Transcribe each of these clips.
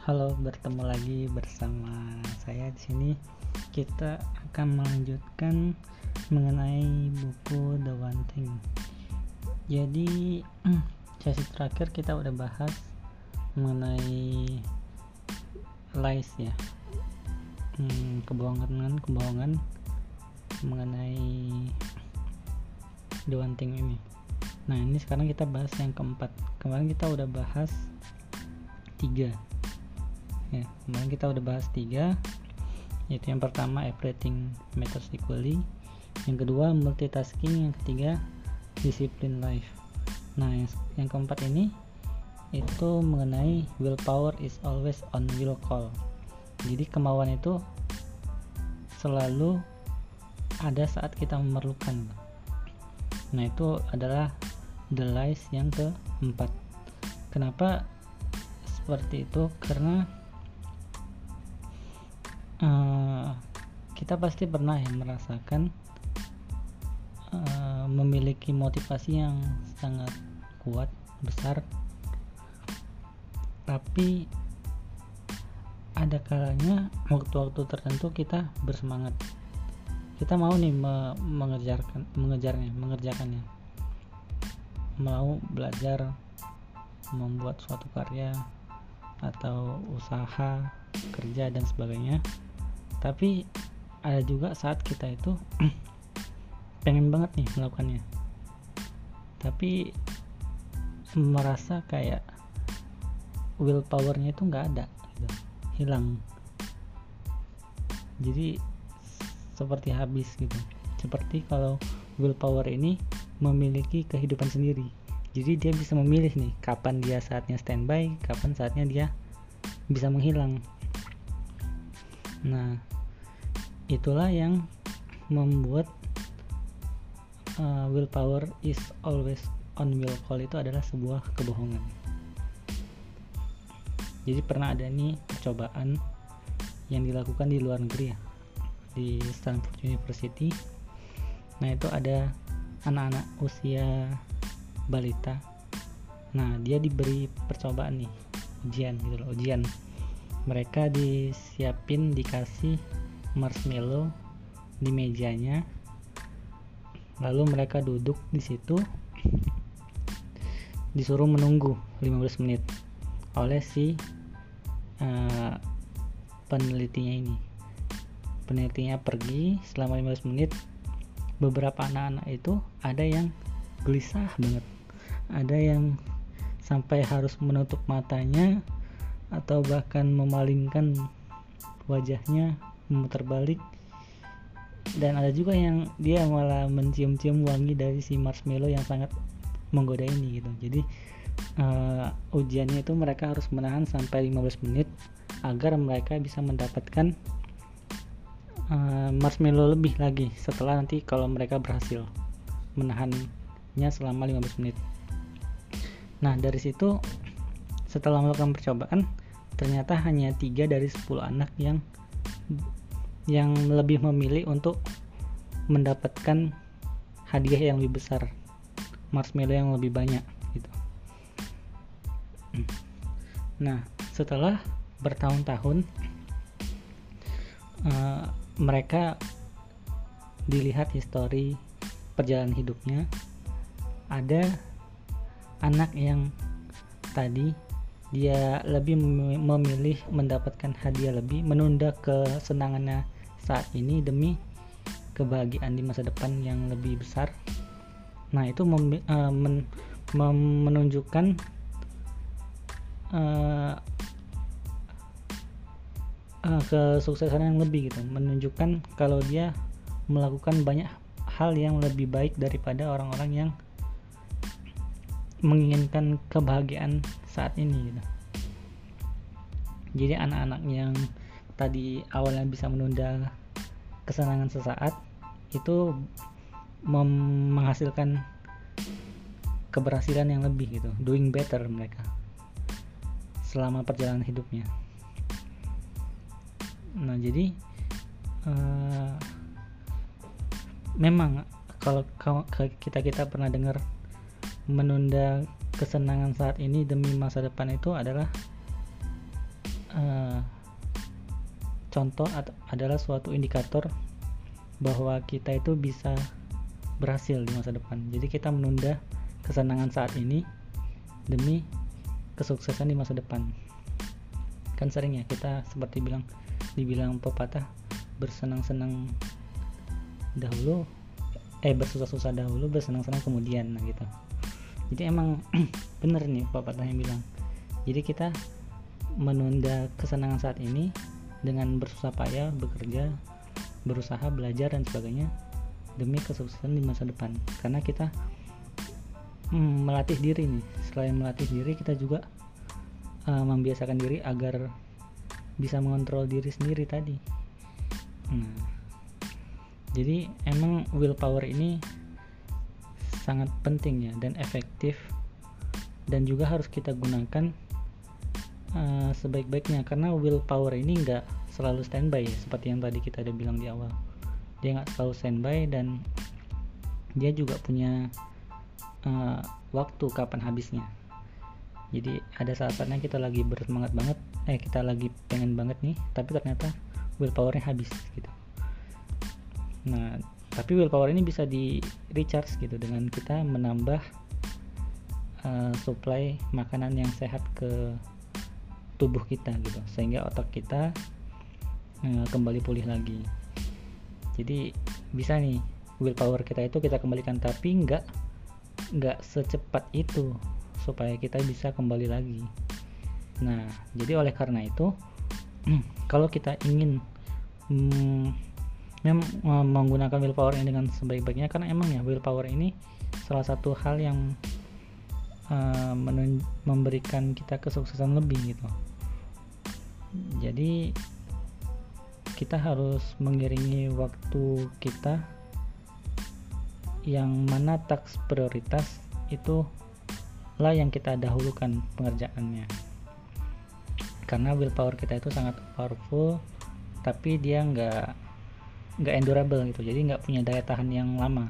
Halo, bertemu lagi bersama saya di sini. Kita akan melanjutkan mengenai buku The One Thing. Jadi, sesi terakhir kita udah bahas mengenai lies ya. Kebohongan mengenai The One Thing ini. Nah, ini sekarang kita bahas yang keempat. Kemarin kita udah bahas 3. Ya, kemarin kita udah bahas 3, yaitu yang pertama everything matters equally, yang kedua multitasking, yang ketiga discipline life. Nah, yang keempat ini itu mengenai willpower is always on will call. Jadi kemauan itu selalu ada saat kita memerlukan. Nah, itu adalah the lies yang keempat. Kenapa seperti itu? Karena kita pasti pernah ya merasakan memiliki motivasi yang sangat kuat, besar, tapi ada kalanya waktu-waktu tertentu kita bersemangat, kita mau nih mengerjakannya, mau belajar, membuat suatu karya atau usaha, kerja dan sebagainya. Tapi ada juga saat kita itu pengen banget nih melakukannya, tapi merasa kayak willpowernya itu nggak ada gitu, hilang. Jadi seperti habis gitu. Seperti kalau willpower ini memiliki kehidupan sendiri, jadi dia bisa memilih nih kapan dia saatnya standby, kapan saatnya dia bisa menghilang. Nah, itulah yang membuat willpower is always on will call itu adalah sebuah kebohongan. Jadi pernah ada nih percobaan yang dilakukan di luar negeri ya, di Stanford University. Nah, itu ada anak-anak usia balita. Nah, dia diberi percobaan nih, ujian. Mereka dikasih marshmallow di mejanya, lalu mereka duduk di situ, disuruh menunggu 15 menit oleh si penelitinya pergi selama 15 menit. Beberapa anak-anak itu ada yang gelisah banget, ada yang sampai harus menutup matanya atau bahkan memalingkan wajahnya, memutar balik, dan ada juga yang dia malah mencium-cium wangi dari si marshmallow yang sangat menggoda ini gitu. Jadi ujiannya itu mereka harus menahan sampai 15 menit agar mereka bisa mendapatkan marshmallow lebih lagi setelah nanti kalau mereka berhasil menahannya selama 15 menit. Nah, dari situ setelah melakukan percobaan, ternyata hanya 3 dari 10 anak yang lebih memilih untuk mendapatkan hadiah yang lebih besar, marshmallow yang lebih banyak gitu. Nah, setelah bertahun-tahun mereka dilihat histori perjalanan hidupnya, ada anak yang tadi dia lebih memilih mendapatkan hadiah lebih, menunda kesenangannya saat ini demi kebahagiaan di masa depan yang lebih besar. Nah, itu menunjukkan kesuksesan yang lebih gitu, menunjukkan kalau dia melakukan banyak hal yang lebih baik daripada orang-orang yang menginginkan kebahagiaan saat ini gitu. Jadi anak-anak yang tadi awalnya bisa menunda kesenangan sesaat itu menghasilkan keberhasilan yang lebih gitu, doing better mereka selama perjalanan hidupnya. Nah, jadi memang kalau kita pernah dengar menunda kesenangan saat ini demi masa depan itu adalah contoh adalah suatu indikator bahwa kita itu bisa berhasil di masa depan. Jadi kita menunda kesenangan saat ini demi kesuksesan di masa depan. Kan sering ya kita seperti dibilang pepatah, bersenang-senang dahulu, bersusah-susah dahulu, bersenang-senang kemudian, nah gitu. Jadi emang bener nih pepatahnya bilang. Jadi kita menunda kesenangan saat ini dengan bersusah payah, bekerja, berusaha, belajar dan sebagainya demi kesuksesan di masa depan. Karena kita melatih diri nih. Selain melatih diri, kita juga membiasakan diri agar bisa mengontrol diri sendiri tadi. Nah, jadi emang willpower ini sangat penting ya dan efektif, dan juga harus kita gunakan sebaik-baiknya, karena willpower ini nggak selalu standby ya, seperti yang tadi kita udah bilang di awal. Dia nggak selalu standby dan dia juga punya waktu kapan habisnya. Jadi ada saat-saatnya kita lagi bersemangat banget, kita lagi pengen banget nih, tapi ternyata willpowernya habis gitu. Nah, tapi willpower ini bisa di recharge gitu dengan kita menambah supply makanan yang sehat ke tubuh kita gitu, sehingga otak kita kembali pulih lagi. Jadi bisa nih willpower kita itu kita kembalikan, tapi nggak secepat itu supaya kita bisa kembali lagi. Nah, jadi oleh karena itu kalau kita ingin menggunakan willpower ini dengan sebaik-baiknya, karena emang ya willpower ini salah satu hal yang memberikan kita kesuksesan lebih gitu. Jadi kita harus mengiringi waktu kita yang mana task prioritas itu lah yang kita dahulukan pengerjaannya. Karena willpower kita itu sangat powerful, tapi dia nggak endurable gitu, jadi nggak punya daya tahan yang lama.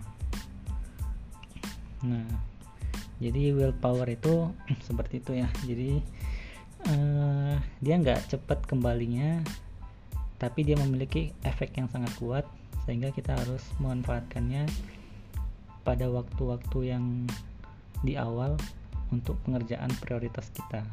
Nah, jadi willpower itu seperti itu ya. Jadi dia nggak cepat kembalinya, tapi dia memiliki efek yang sangat kuat, sehingga kita harus memanfaatkannya pada waktu-waktu yang di awal untuk pengerjaan prioritas kita.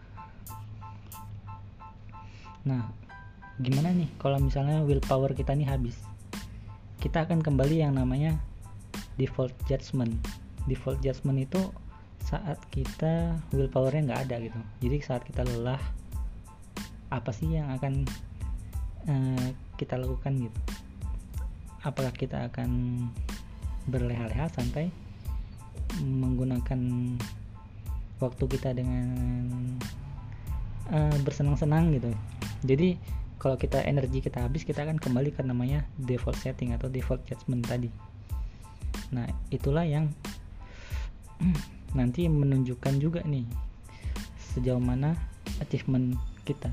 Nah, gimana nih kalau misalnya willpower kita nih habis? Kita akan kembali yang namanya default judgment. Default judgment itu saat kita willpowernya nggak ada gitu. Jadi saat kita lelah, apa sih yang akan kita lakukan gitu? Apakah kita akan berleha-leha santai, menggunakan waktu kita dengan bersenang-senang gitu? Jadi kalau energi kita habis, kita akan kembali ke namanya default setting atau default judgment tadi. Nah, itulah yang nanti menunjukkan juga nih sejauh mana achievement kita.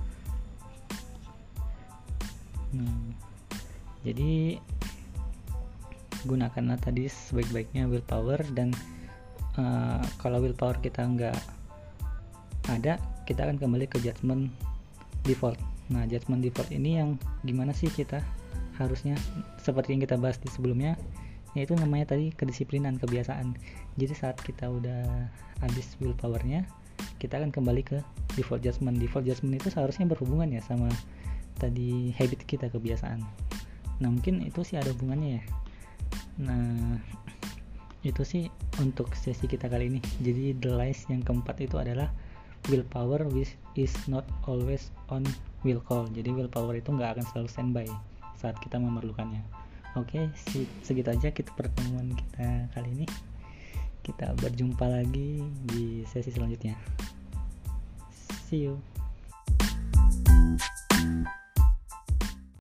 Nah, jadi gunakanlah tadi sebaik-baiknya willpower, dan kalau willpower kita nggak ada, kita akan kembali ke judgment default. Nah, judgment default ini yang gimana sih kita harusnya, seperti yang kita bahas di sebelumnya, yaitu namanya tadi kedisiplinan, kebiasaan. Jadi saat kita udah habis willpowernya, kita akan kembali ke default judgment. Default judgment itu seharusnya berhubungan ya sama tadi habit kita, kebiasaan. Nah, mungkin itu sih ada hubungannya ya. Nah, itu sih untuk sesi kita kali ini. Jadi the lies yang keempat itu adalah willpower which is not always on will call. Jadi willpower itu nggak akan selalu standby saat kita memerlukannya. Oke, segitu aja kita pertemuan kita kali ini. Kita berjumpa lagi di sesi selanjutnya. See you.